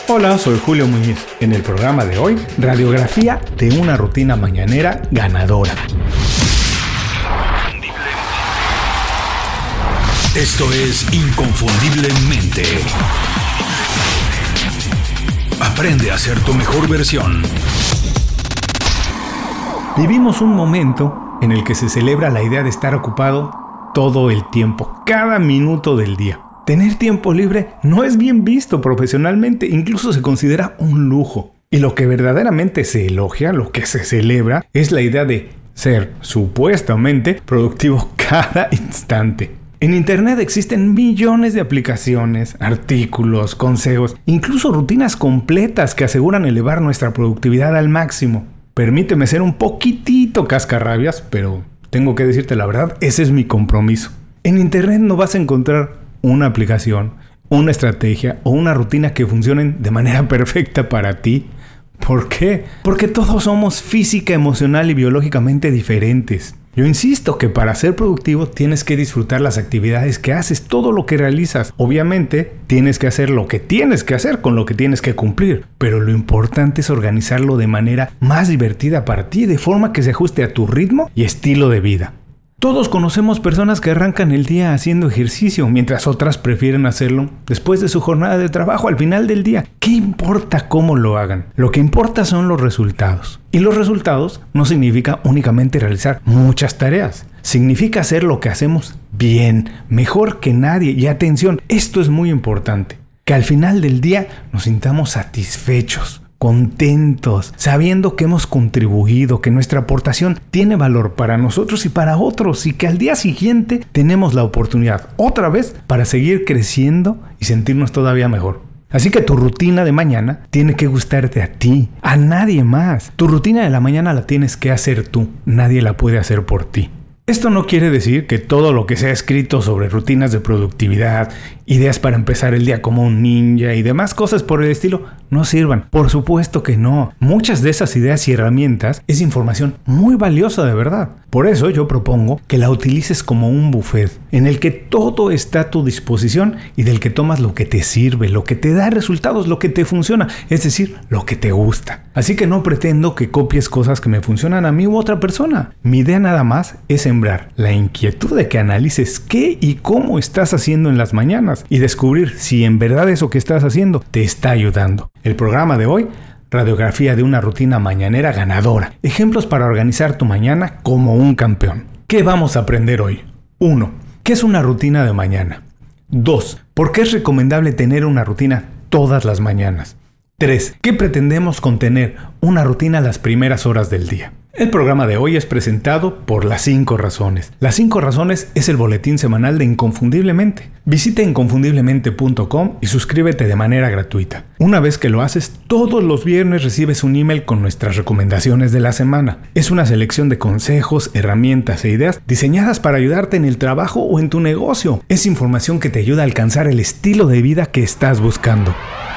Hola, soy Julio Muñiz. En el programa de hoy, radiografía de una rutina mañanera ganadora. Esto es Inconfundiblemente. Aprende a ser tu mejor versión. Vivimos un momento en el que se celebra la idea de estar ocupado todo el tiempo, cada minuto del día. Tener tiempo libre no es bien visto profesionalmente, incluso se considera un lujo. Y lo que verdaderamente se elogia, lo que se celebra, es la idea de ser supuestamente productivo cada instante. En Internet existen millones de aplicaciones, artículos, consejos, incluso rutinas completas que aseguran elevar nuestra productividad al máximo. Permíteme ser un poquitito cascarrabias, pero tengo que decirte la verdad, ese es mi compromiso. En Internet no vas a encontrar una aplicación, una estrategia o una rutina que funcionen de manera perfecta para ti. ¿Por qué? Porque todos somos física, emocional y biológicamente diferentes. Yo insisto que para ser productivo tienes que disfrutar las actividades que haces, todo lo que realizas. Obviamente tienes que hacer lo que tienes que hacer con lo que tienes que cumplir, pero lo importante es organizarlo de manera más divertida para ti, de forma que se ajuste a tu ritmo y estilo de vida. Todos conocemos personas que arrancan el día haciendo ejercicio, mientras otras prefieren hacerlo después de su jornada de trabajo al final del día. ¿Qué importa cómo lo hagan? Lo que importa son los resultados. Y los resultados no significa únicamente realizar muchas tareas. Significa hacer lo que hacemos bien, mejor que nadie. Y atención, esto es muy importante. Que al final del día nos sintamos satisfechos, contentos, sabiendo que hemos contribuido, que nuestra aportación tiene valor para nosotros y para otros, y que al día siguiente tenemos la oportunidad otra vez para seguir creciendo y sentirnos todavía mejor. Así que tu rutina de mañana tiene que gustarte a ti, a nadie más. Tu rutina de la mañana la tienes que hacer tú, nadie la puede hacer por ti. Esto no quiere decir que todo lo que se ha escrito sobre rutinas de productividad, ideas para empezar el día como un ninja y demás cosas por el estilo no sirvan. Por supuesto que no. Muchas de esas ideas y herramientas es información muy valiosa de verdad. Por eso yo propongo que la utilices como un buffet en el que todo está a tu disposición y del que tomas lo que te sirve, lo que te da resultados, lo que te funciona, es decir, lo que te gusta. Así que no pretendo que copies cosas que me funcionan a mí u otra persona. Mi idea nada más es sembrar la inquietud de que analices qué y cómo estás haciendo en las mañanas y descubrir si en verdad eso que estás haciendo te está ayudando. El programa de hoy, radiografía de una rutina mañanera ganadora. Ejemplos para organizar tu mañana como un campeón. ¿Qué vamos a aprender hoy? 1. ¿Qué es una rutina de mañana? 2. ¿Por qué es recomendable tener una rutina todas las mañanas? 3. ¿Qué pretendemos con tener una rutina las primeras horas del día? El programa de hoy es presentado por Las 5 Razones. Las 5 Razones es el boletín semanal de Inconfundiblemente. Visita inconfundiblemente.com y suscríbete de manera gratuita. Una vez que lo haces, todos los viernes recibes un email con nuestras recomendaciones de la semana. Es una selección de consejos, herramientas e ideas diseñadas para ayudarte en el trabajo o en tu negocio. Es información que te ayuda a alcanzar el estilo de vida que estás buscando.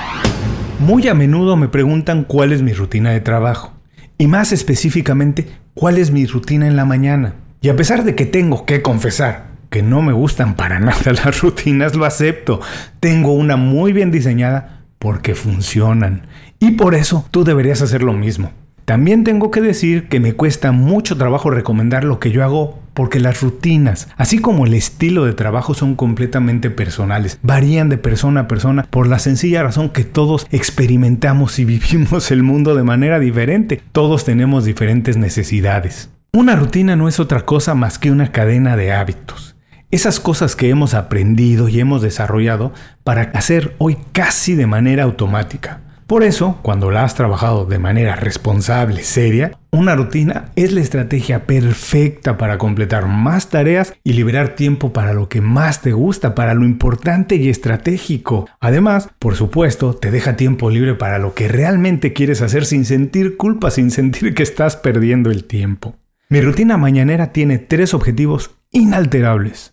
Muy a menudo me preguntan cuál es mi rutina de trabajo. Y más específicamente, ¿cuál es mi rutina en la mañana? Y a pesar de que tengo que confesar que no me gustan para nada las rutinas, lo acepto. Tengo una muy bien diseñada porque funcionan. Y por eso tú deberías hacer lo mismo. También tengo que decir que me cuesta mucho trabajo recomendar lo que yo hago porque las rutinas, así como el estilo de trabajo, son completamente personales. Varían de persona a persona por la sencilla razón que todos experimentamos y vivimos el mundo de manera diferente. Todos tenemos diferentes necesidades. Una rutina no es otra cosa más que una cadena de hábitos. Esas cosas que hemos aprendido y hemos desarrollado para hacer hoy casi de manera automática. Por eso, cuando la has trabajado de manera responsable, seria, una rutina es la estrategia perfecta para completar más tareas y liberar tiempo para lo que más te gusta, para lo importante y estratégico. Además, por supuesto, te deja tiempo libre para lo que realmente quieres hacer sin sentir culpa, sin sentir que estás perdiendo el tiempo. Mi rutina mañanera tiene 3 objetivos inalterables.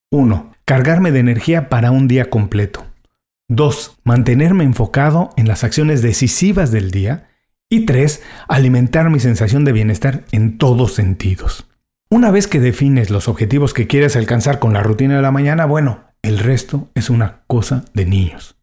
1. Cargarme de energía para un día completo. 2. Mantenerme enfocado en las acciones decisivas del día. Y 3. Alimentar mi sensación de bienestar en todos sentidos. Una vez que defines los objetivos que quieres alcanzar con la rutina de la mañana, bueno, el resto es una cosa de niños. Por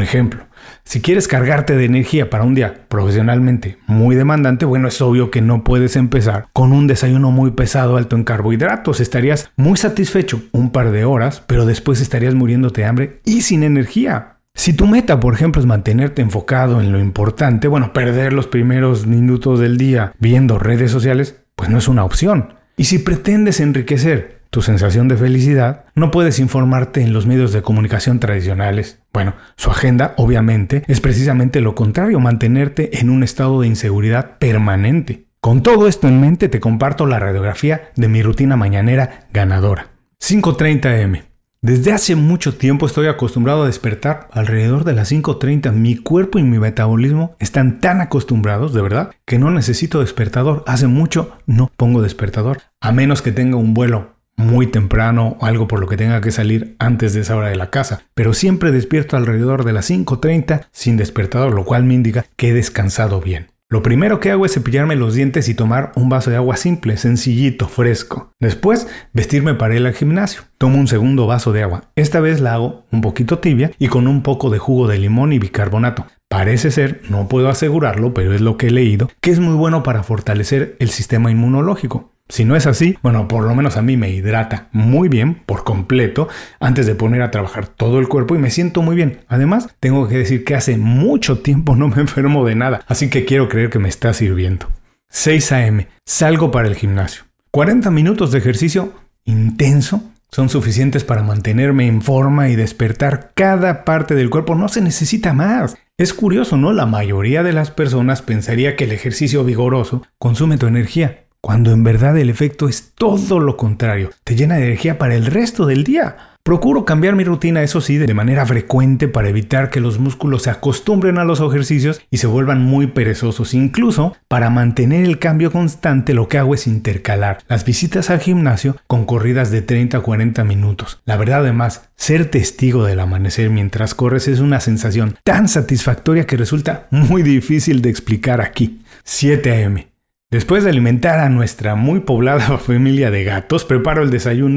ejemplo, si quieres cargarte de energía para un día profesionalmente muy demandante, bueno, es obvio que no puedes empezar con un desayuno muy pesado, alto en carbohidratos. Estarías muy satisfecho un par de horas, pero después estarías muriéndote de hambre y sin energía. Si tu meta, por ejemplo, es mantenerte enfocado en lo importante, bueno, perder los primeros minutos del día viendo redes sociales, pues no es una opción. Y si pretendes enriquecer tu sensación de felicidad, no puedes informarte en los medios de comunicación tradicionales. Bueno, su agenda, obviamente, es precisamente lo contrario, mantenerte en un estado de inseguridad permanente. Con todo esto en mente, te comparto la radiografía de mi rutina mañanera ganadora. 5:30 am. Desde hace mucho tiempo estoy acostumbrado a despertar alrededor de las 5:30. Mi cuerpo y mi metabolismo están tan acostumbrados, de verdad, que no necesito despertador. Hace mucho no pongo despertador, a menos que tenga un vuelo muy temprano o algo por lo que tenga que salir antes de esa hora de la casa. Pero siempre despierto alrededor de las 5:30 sin despertador, lo cual me indica que he descansado bien. Lo primero que hago es cepillarme los dientes y tomar un vaso de agua simple, sencillito, fresco. Después, vestirme para ir al gimnasio. Tomo un segundo vaso de agua. Esta vez la hago un poquito tibia y con un poco de jugo de limón y bicarbonato. Parece ser, no puedo asegurarlo, pero es lo que he leído, que es muy bueno para fortalecer el sistema inmunológico. Si no es así, bueno, por lo menos a mí me hidrata muy bien, por completo, antes de poner a trabajar todo el cuerpo y me siento muy bien. Además, tengo que decir que hace mucho tiempo no me enfermo de nada, así que quiero creer que me está sirviendo. 6 am. Salgo para el gimnasio. 40 minutos de ejercicio intenso son suficientes para mantenerme en forma y despertar cada parte del cuerpo. No se necesita más. Es curioso, ¿no? La mayoría de las personas pensaría que el ejercicio vigoroso consume tu energía, cuando en verdad el efecto es todo lo contrario. Te llena de energía para el resto del día. Procuro cambiar mi rutina, eso sí, de manera frecuente para evitar que los músculos se acostumbren a los ejercicios y se vuelvan muy perezosos. Incluso, para mantener el cambio constante, lo que hago es intercalar las visitas al gimnasio con corridas de 30 a 40 minutos. La verdad, además, ser testigo del amanecer mientras corres es una sensación tan satisfactoria que resulta muy difícil de explicar aquí. 7 am. Después de alimentar a nuestra muy poblada familia de gatos, preparo el desayuno.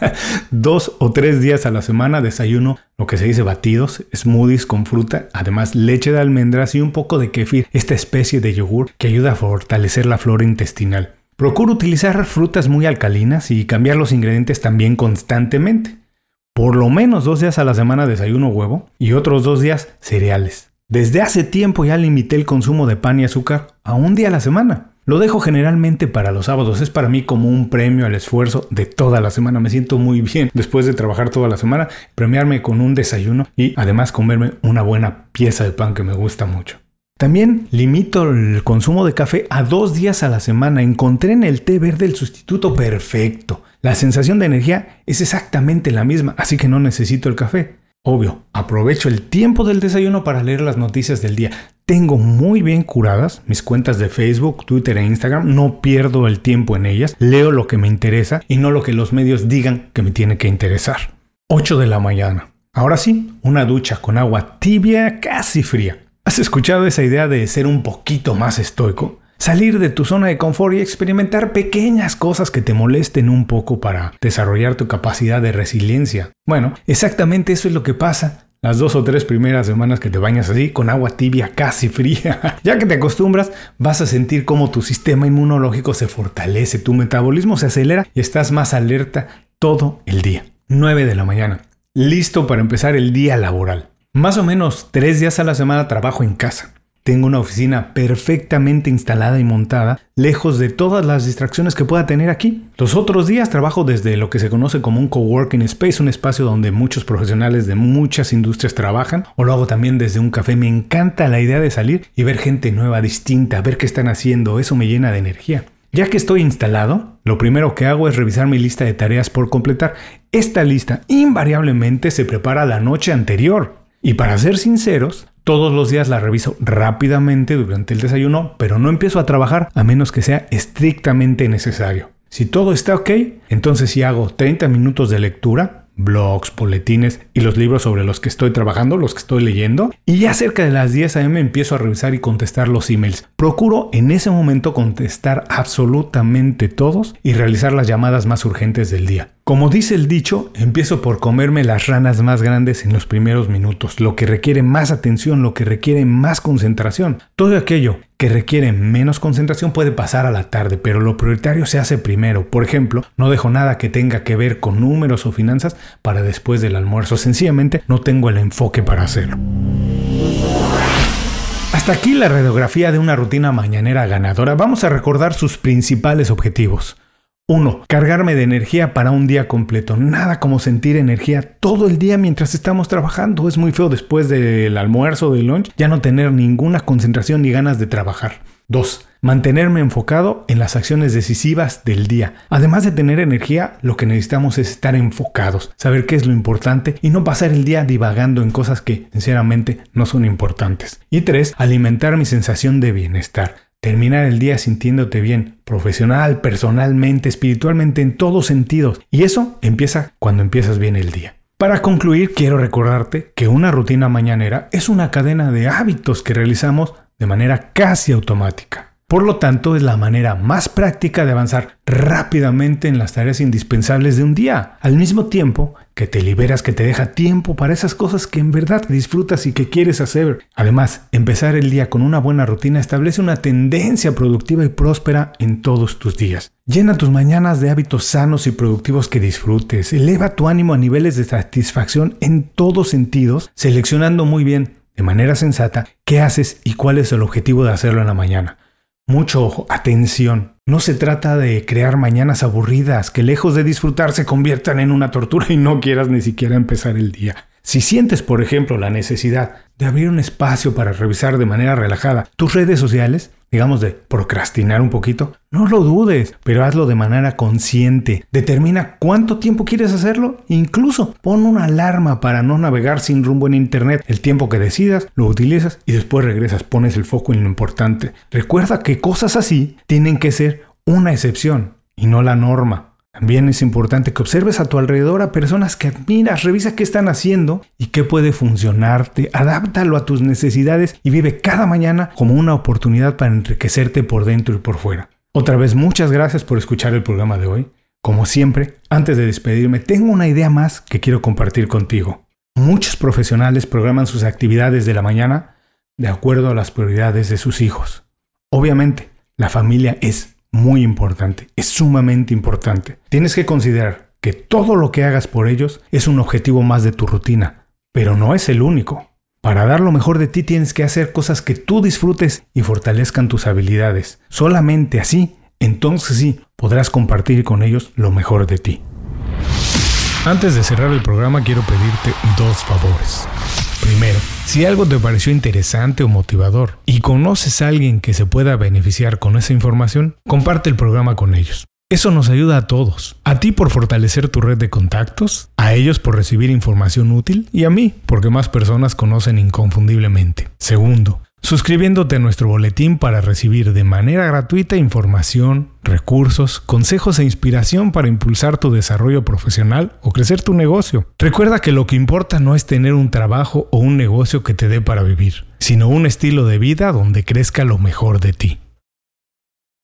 2 o 3 días a la semana desayuno lo que se dice batidos, smoothies con fruta, además leche de almendras y un poco de kéfir, esta especie de yogur que ayuda a fortalecer la flora intestinal. Procuro utilizar frutas muy alcalinas y cambiar los ingredientes también constantemente. Por lo menos 2 días a la semana desayuno huevo y otros 2 días cereales. Desde hace tiempo ya limité el consumo de pan y azúcar a 1 día a la semana. Lo dejo generalmente para los sábados, es para mí como un premio al esfuerzo de toda la semana. Me siento muy bien después de trabajar toda la semana, premiarme con un desayuno y además comerme una buena pieza de pan que me gusta mucho. También limito el consumo de café a 2 días a la semana. Encontré en el té verde el sustituto perfecto. La sensación de energía es exactamente la misma, así que no necesito el café. Obvio, aprovecho el tiempo del desayuno para leer las noticias del día. Tengo muy bien curadas mis cuentas de Facebook, Twitter e Instagram. No pierdo el tiempo en ellas. Leo lo que me interesa y no lo que los medios digan que me tiene que interesar. 8 de la mañana. Ahora sí, una ducha con agua tibia, casi fría. ¿Has escuchado esa idea de ser un poquito más estoico? Salir de tu zona de confort y experimentar pequeñas cosas que te molesten un poco para desarrollar tu capacidad de resiliencia. Bueno, exactamente eso es lo que pasa las 2 o 3 primeras semanas que te bañas así con agua tibia casi fría. Ya que te acostumbras, vas a sentir cómo tu sistema inmunológico se fortalece, tu metabolismo se acelera y estás más alerta todo el día. 9 de la mañana. Listo para empezar el día laboral. Más o menos 3 días a la semana trabajo en casa. Tengo una oficina perfectamente instalada y montada, lejos de todas las distracciones que pueda tener aquí. Los otros días trabajo desde lo que se conoce como un coworking space, un espacio donde muchos profesionales de muchas industrias trabajan, o lo hago también desde un café. Me encanta la idea de salir y ver gente nueva, distinta, ver qué están haciendo. Eso me llena de energía. Ya que estoy instalado, lo primero que hago es revisar mi lista de tareas por completar. Esta lista invariablemente se prepara la noche anterior. Y para ser sinceros, todos los días la reviso rápidamente durante el desayuno, pero no empiezo a trabajar a menos que sea estrictamente necesario. Si todo está ok, entonces sí hago 30 minutos de lectura, blogs, boletines y los libros sobre los que estoy trabajando, los que estoy leyendo. Y ya cerca de las 10 am empiezo a revisar y contestar los emails. Procuro en ese momento contestar absolutamente todos y realizar las llamadas más urgentes del día. Como dice el dicho, empiezo por comerme las ranas más grandes en los primeros minutos, lo que requiere más atención, lo que requiere más concentración. Todo aquello que requiere menos concentración puede pasar a la tarde, pero lo prioritario se hace primero. Por ejemplo, no dejo nada que tenga que ver con números o finanzas para después del almuerzo. Sencillamente no tengo el enfoque para hacerlo. Hasta aquí la radiografía de una rutina mañanera ganadora. Vamos a recordar sus principales objetivos. 1. Cargarme de energía para un día completo. Nada como sentir energía todo el día mientras estamos trabajando. Es muy feo después del almuerzo o del lunch ya no tener ninguna concentración ni ganas de trabajar. 2. Mantenerme enfocado en las acciones decisivas del día. Además de tener energía, lo que necesitamos es estar enfocados, saber qué es lo importante y no pasar el día divagando en cosas que, sinceramente, no son importantes. Y 3. Alimentar mi sensación de bienestar. Terminar el día sintiéndote bien, profesional, personalmente, espiritualmente, en todos sentidos. Y eso empieza cuando empiezas bien el día. Para concluir, quiero recordarte que una rutina mañanera es una cadena de hábitos que realizamos de manera casi automática. Por lo tanto, es la manera más práctica de avanzar rápidamente en las tareas indispensables de un día, al mismo tiempo que te liberas, que te deja tiempo para esas cosas que en verdad disfrutas y que quieres hacer. Además, empezar el día con una buena rutina establece una tendencia productiva y próspera en todos tus días. Llena tus mañanas de hábitos sanos y productivos que disfrutes. Eleva tu ánimo a niveles de satisfacción en todos sentidos, seleccionando muy bien, de manera sensata, qué haces y cuál es el objetivo de hacerlo en la mañana. Mucho ojo, atención. No se trata de crear mañanas aburridas que lejos de disfrutar se conviertan en una tortura y no quieras ni siquiera empezar el día. Si sientes, por ejemplo, la necesidad de abrir un espacio para revisar de manera relajada tus redes sociales, digamos de procrastinar un poquito, no lo dudes, pero hazlo de manera consciente. Determina cuánto tiempo quieres hacerlo. Incluso pon una alarma para no navegar sin rumbo en internet. El tiempo que decidas, lo utilizas y después regresas, pones el foco en lo importante. Recuerda que cosas así tienen que ser una excepción y no la norma. También es importante que observes a tu alrededor a personas que admiras, revisa qué están haciendo y qué puede funcionarte, adáptalo a tus necesidades y vive cada mañana como una oportunidad para enriquecerte por dentro y por fuera. Otra vez, muchas gracias por escuchar el programa de hoy. Como siempre, antes de despedirme, tengo una idea más que quiero compartir contigo. Muchos profesionales programan sus actividades de la mañana de acuerdo a las prioridades de sus hijos. Obviamente, la familia es muy importante, es sumamente importante. Tienes que considerar que todo lo que hagas por ellos es un objetivo más de tu rutina, pero no es el único. Para dar lo mejor de ti tienes que hacer cosas que tú disfrutes y fortalezcan tus habilidades. Solamente así, entonces sí, podrás compartir con ellos lo mejor de ti. Antes de cerrar el programa quiero pedirte 2 favores. Primero, si algo te pareció interesante o motivador y conoces a alguien que se pueda beneficiar con esa información, comparte el programa con ellos. Eso nos ayuda a todos. A ti por fortalecer tu red de contactos, a ellos por recibir información útil y a mí porque más personas conocen inconfundiblemente. Segundo, suscribiéndote a nuestro boletín para recibir de manera gratuita información, recursos, consejos e inspiración para impulsar tu desarrollo profesional o crecer tu negocio. Recuerda que lo que importa no es tener un trabajo o un negocio que te dé para vivir, sino un estilo de vida donde crezca lo mejor de ti.